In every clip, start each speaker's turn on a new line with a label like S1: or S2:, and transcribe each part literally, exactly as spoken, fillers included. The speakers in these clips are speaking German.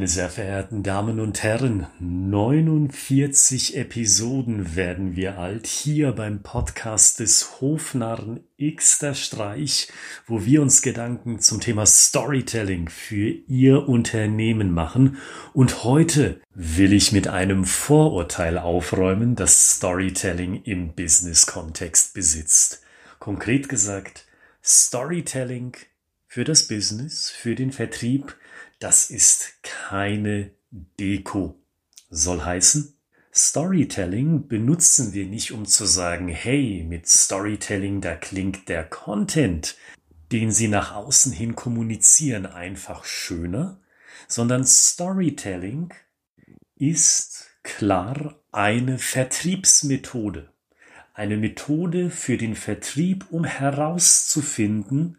S1: Meine sehr verehrten Damen und Herren, neunundvierzig Episoden werden wir alt, hier beim Podcast des Hofnarren Xter Streich, wo wir uns Gedanken zum Thema Storytelling für Ihr Unternehmen machen. Und heute will ich mit einem Vorurteil aufräumen, das Storytelling im Business-Kontext besitzt. Konkret gesagt, Storytelling für das Business, für den Vertrieb, das ist keine Deko. Soll heißen, Storytelling benutzen wir nicht, um zu sagen, hey, mit Storytelling, da klingt der Content, den Sie nach außen hin kommunizieren, einfach schöner, sondern Storytelling ist klar eine Vertriebsmethode. Eine Methode für den Vertrieb, um herauszufinden,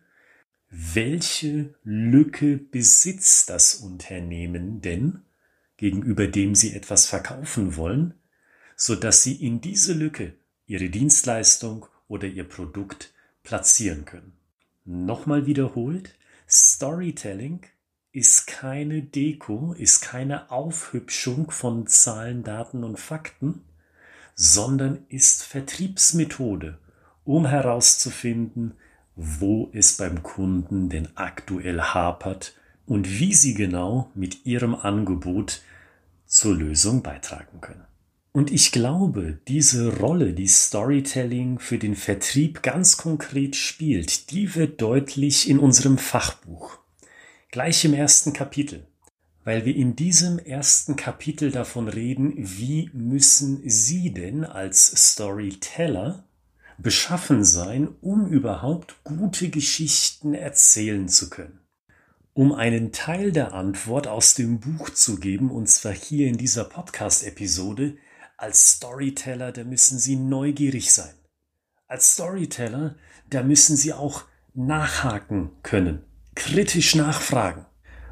S1: welche Lücke besitzt das Unternehmen denn, gegenüber dem Sie etwas verkaufen wollen, sodass Sie in diese Lücke Ihre Dienstleistung oder Ihr Produkt platzieren können. Nochmal wiederholt, Storytelling ist keine Deko, ist keine Aufhübschung von Zahlen, Daten und Fakten, sondern ist Vertriebsmethode, um herauszufinden, wo es beim Kunden denn aktuell hapert und wie Sie genau mit Ihrem Angebot zur Lösung beitragen können. Und ich glaube, diese Rolle, die Storytelling für den Vertrieb ganz konkret spielt, die wird deutlich in unserem Fachbuch. Gleich im ersten Kapitel, weil wir in diesem ersten Kapitel davon reden, wie müssen Sie denn als Storyteller beschaffen sein, um überhaupt gute Geschichten erzählen zu können. Um einen Teil der Antwort aus dem Buch zu geben, und zwar hier in dieser Podcast-Episode, als Storyteller, da müssen Sie neugierig sein. Als Storyteller, da müssen Sie auch nachhaken können, kritisch nachfragen.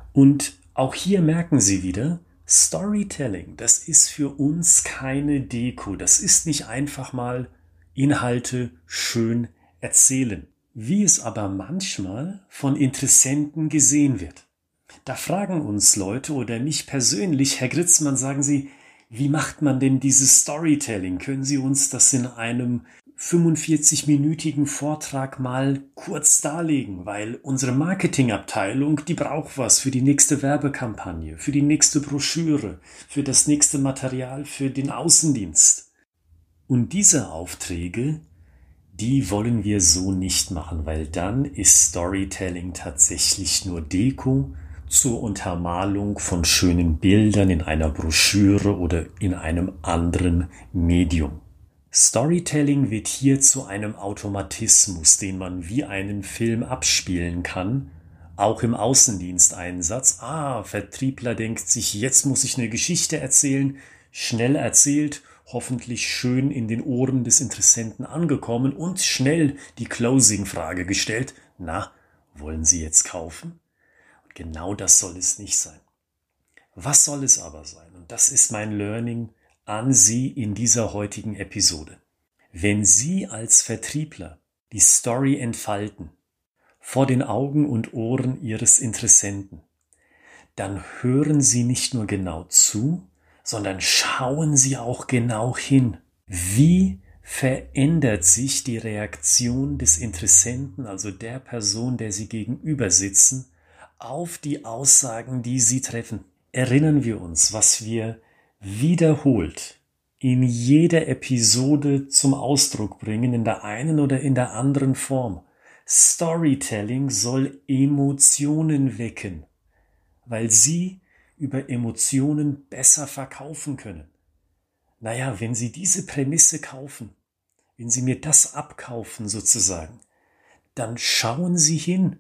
S1: Und auch hier merken Sie wieder, Storytelling, das ist für uns keine Deko, das ist nicht einfach mal Inhalte schön erzählen, wie es aber manchmal von Interessenten gesehen wird. Da fragen uns Leute oder mich persönlich, Herr Gritzmann, sagen Sie, wie macht man denn dieses Storytelling? Können Sie uns das in einem fünfundvierzig-minütigen Vortrag mal kurz darlegen? Weil unsere Marketingabteilung, die braucht was für die nächste Werbekampagne, für die nächste Broschüre, für das nächste Material, für den Außendienst. Und diese Aufträge, die wollen wir so nicht machen, weil dann ist Storytelling tatsächlich nur Deko zur Untermalung von schönen Bildern in einer Broschüre oder in einem anderen Medium. Storytelling wird hier zu einem Automatismus, den man wie einen Film abspielen kann, auch im Außendiensteinsatz. Ah, Vertriebler denkt sich, jetzt muss ich eine Geschichte erzählen, schnell erzählt, hoffentlich schön in den Ohren des Interessenten angekommen und schnell die Closing-Frage gestellt. Na, wollen Sie jetzt kaufen? Und genau das soll es nicht sein. Was soll es aber sein? Und das ist mein Learning an Sie in dieser heutigen Episode. Wenn Sie als Vertriebler die Story entfalten, vor den Augen und Ohren Ihres Interessenten, dann hören Sie nicht nur genau zu, sondern schauen Sie auch genau hin. Wie verändert sich die Reaktion des Interessenten, also der Person, der Sie gegenüber sitzen, auf die Aussagen, die Sie treffen? Erinnern wir uns, was wir wiederholt in jeder Episode zum Ausdruck bringen, in der einen oder in der anderen Form. Storytelling soll Emotionen wecken, weil Sie über Emotionen besser verkaufen können. Naja, wenn Sie diese Prämisse kaufen, wenn Sie mir das abkaufen sozusagen, dann schauen Sie hin,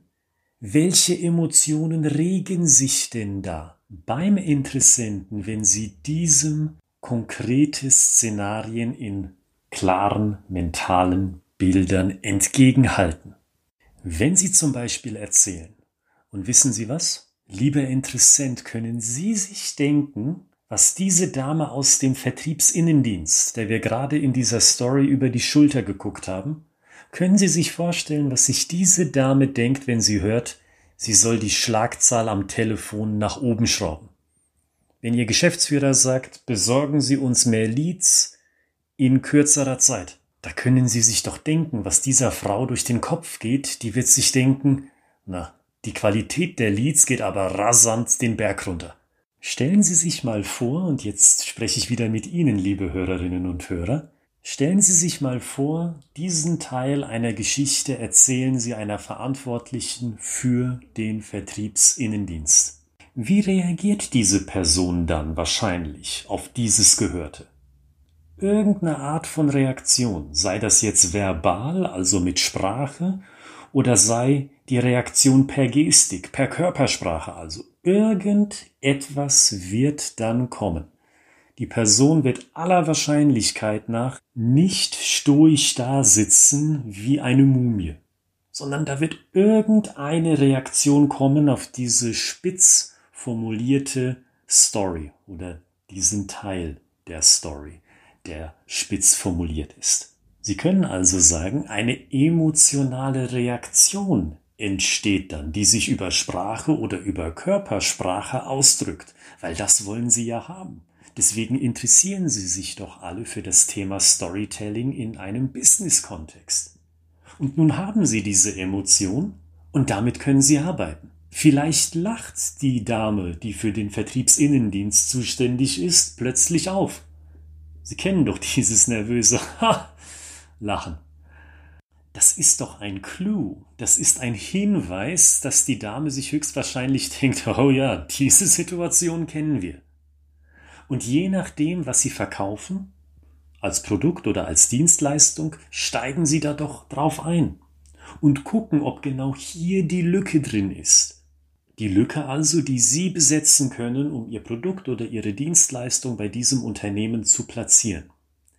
S1: welche Emotionen regen sich denn da beim Interessenten, wenn Sie diesem konkrete Szenarien in klaren mentalen Bildern entgegenhalten. Wenn Sie zum Beispiel erzählen, und wissen Sie was? Lieber Interessent, können Sie sich denken, was diese Dame aus dem Vertriebsinnendienst, der wir gerade in dieser Story über die Schulter geguckt haben, können Sie sich vorstellen, was sich diese Dame denkt, wenn sie hört, sie soll die Schlagzahl am Telefon nach oben schrauben? Wenn Ihr Geschäftsführer sagt, besorgen Sie uns mehr Leads in kürzerer Zeit, da können Sie sich doch denken, was dieser Frau durch den Kopf geht. Die wird sich denken, na, die Qualität der Leads geht aber rasant den Berg runter. Stellen Sie sich mal vor, und jetzt spreche ich wieder mit Ihnen, liebe Hörerinnen und Hörer, stellen Sie sich mal vor, diesen Teil einer Geschichte erzählen Sie einer Verantwortlichen für den Vertriebsinnendienst. Wie reagiert diese Person dann wahrscheinlich auf dieses Gehörte? Irgendeine Art von Reaktion, sei das jetzt verbal, also mit Sprache, oder sei die Reaktion per Gestik, per Körpersprache, also irgendetwas wird dann kommen. Die Person wird aller Wahrscheinlichkeit nach nicht stoisch da sitzen wie eine Mumie, sondern da wird irgendeine Reaktion kommen auf diese spitz formulierte Story oder diesen Teil der Story, der spitz formuliert ist. Sie können also sagen, eine emotionale Reaktion entsteht dann, die sich über Sprache oder über Körpersprache ausdrückt, weil das wollen Sie ja haben. Deswegen interessieren Sie sich doch alle für das Thema Storytelling in einem Business-Kontext. Und nun haben Sie diese Emotion und damit können Sie arbeiten. Vielleicht lacht die Dame, die für den Vertriebsinnendienst zuständig ist, plötzlich auf. Sie kennen doch dieses nervöse Ha! Lachen. Das ist doch ein Clou, das ist ein Hinweis, dass die Dame sich höchstwahrscheinlich denkt, oh ja, diese Situation kennen wir. Und je nachdem, was Sie verkaufen, als Produkt oder als Dienstleistung, steigen Sie da doch drauf ein und gucken, ob genau hier die Lücke drin ist. Die Lücke also, die Sie besetzen können, um Ihr Produkt oder Ihre Dienstleistung bei diesem Unternehmen zu platzieren.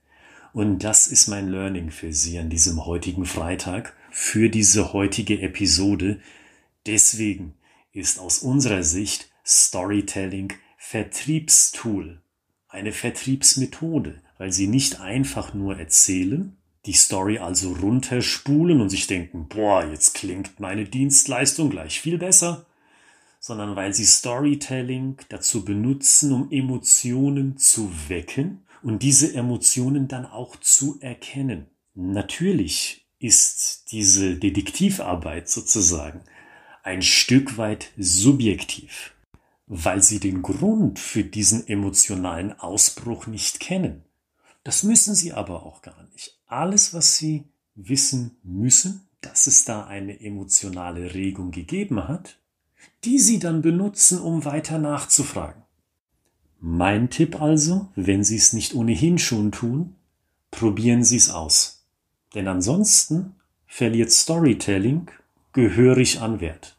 S1: Und das ist mein Learning für Sie an diesem heutigen Freitag, für diese heutige Episode. Deswegen ist aus unserer Sicht Storytelling Vertriebstool, eine Vertriebsmethode, weil Sie nicht einfach nur erzählen, die Story also runterspulen und sich denken, boah, jetzt klingt meine Dienstleistung gleich viel besser, sondern weil Sie Storytelling dazu benutzen, um Emotionen zu wecken und diese Emotionen dann auch zu erkennen. Natürlich ist diese Detektivarbeit sozusagen ein Stück weit subjektiv, weil Sie den Grund für diesen emotionalen Ausbruch nicht kennen. Das müssen Sie aber auch gar nicht. Alles, was Sie wissen müssen, dass es da eine emotionale Regung gegeben hat, die Sie dann benutzen, um weiter nachzufragen. Mein Tipp also, wenn Sie es nicht ohnehin schon tun, probieren Sie es aus. Denn ansonsten verliert Storytelling gehörig an Wert.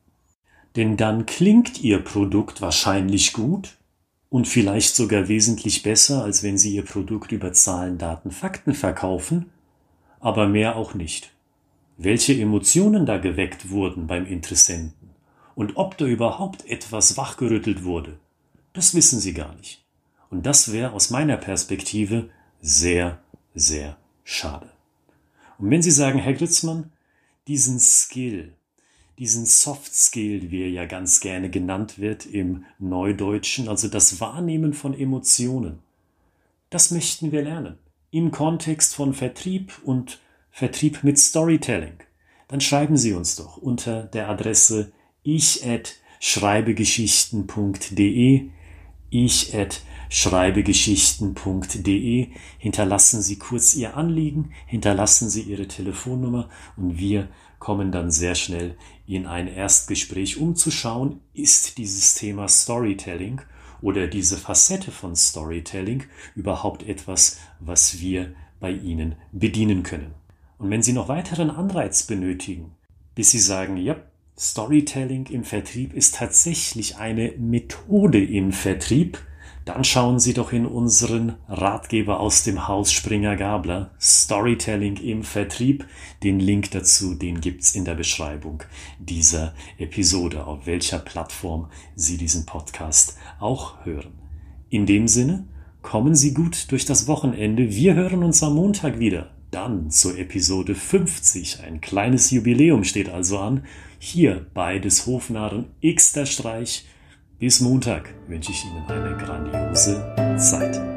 S1: Denn dann klingt Ihr Produkt wahrscheinlich gut und vielleicht sogar wesentlich besser, als wenn Sie Ihr Produkt über Zahlen, Daten, Fakten verkaufen, aber mehr auch nicht. Welche Emotionen da geweckt wurden beim Interessenten und ob da überhaupt etwas wachgerüttelt wurde, das wissen Sie gar nicht. Und das wäre aus meiner Perspektive sehr, sehr schade. Und wenn Sie sagen, Herr Gritzmann, diesen Skill, diesen Soft Skill, wie er ja ganz gerne genannt wird im Neudeutschen, also das Wahrnehmen von Emotionen, das möchten wir lernen. Im Kontext von Vertrieb und Vertrieb mit Storytelling. Dann schreiben Sie uns doch unter der Adresse ich at schreibegeschichten punkt de ich at schreibegeschichten punkt de. Hinterlassen Sie kurz Ihr Anliegen, hinterlassen Sie Ihre Telefonnummer und wir kommen dann sehr schnell in ein Erstgespräch, um zu schauen, ist dieses Thema Storytelling oder diese Facette von Storytelling überhaupt etwas, was wir bei Ihnen bedienen können. Und wenn Sie noch weiteren Anreiz benötigen, bis Sie sagen, ja, Storytelling im Vertrieb ist tatsächlich eine Methode im Vertrieb, dann schauen Sie doch in unseren Ratgeber aus dem Haus Springer-Gabler, Storytelling im Vertrieb. Den Link dazu, den gibt's in der Beschreibung dieser Episode, auf welcher Plattform Sie diesen Podcast auch hören. In dem Sinne, kommen Sie gut durch das Wochenende. Wir hören uns am Montag wieder. Dann zur Episode fünfzig. Ein kleines Jubiläum steht also an. Hier bei des Hofnarren Xter Streich. Bis Montag wünsche ich Ihnen eine grandiose Zeit.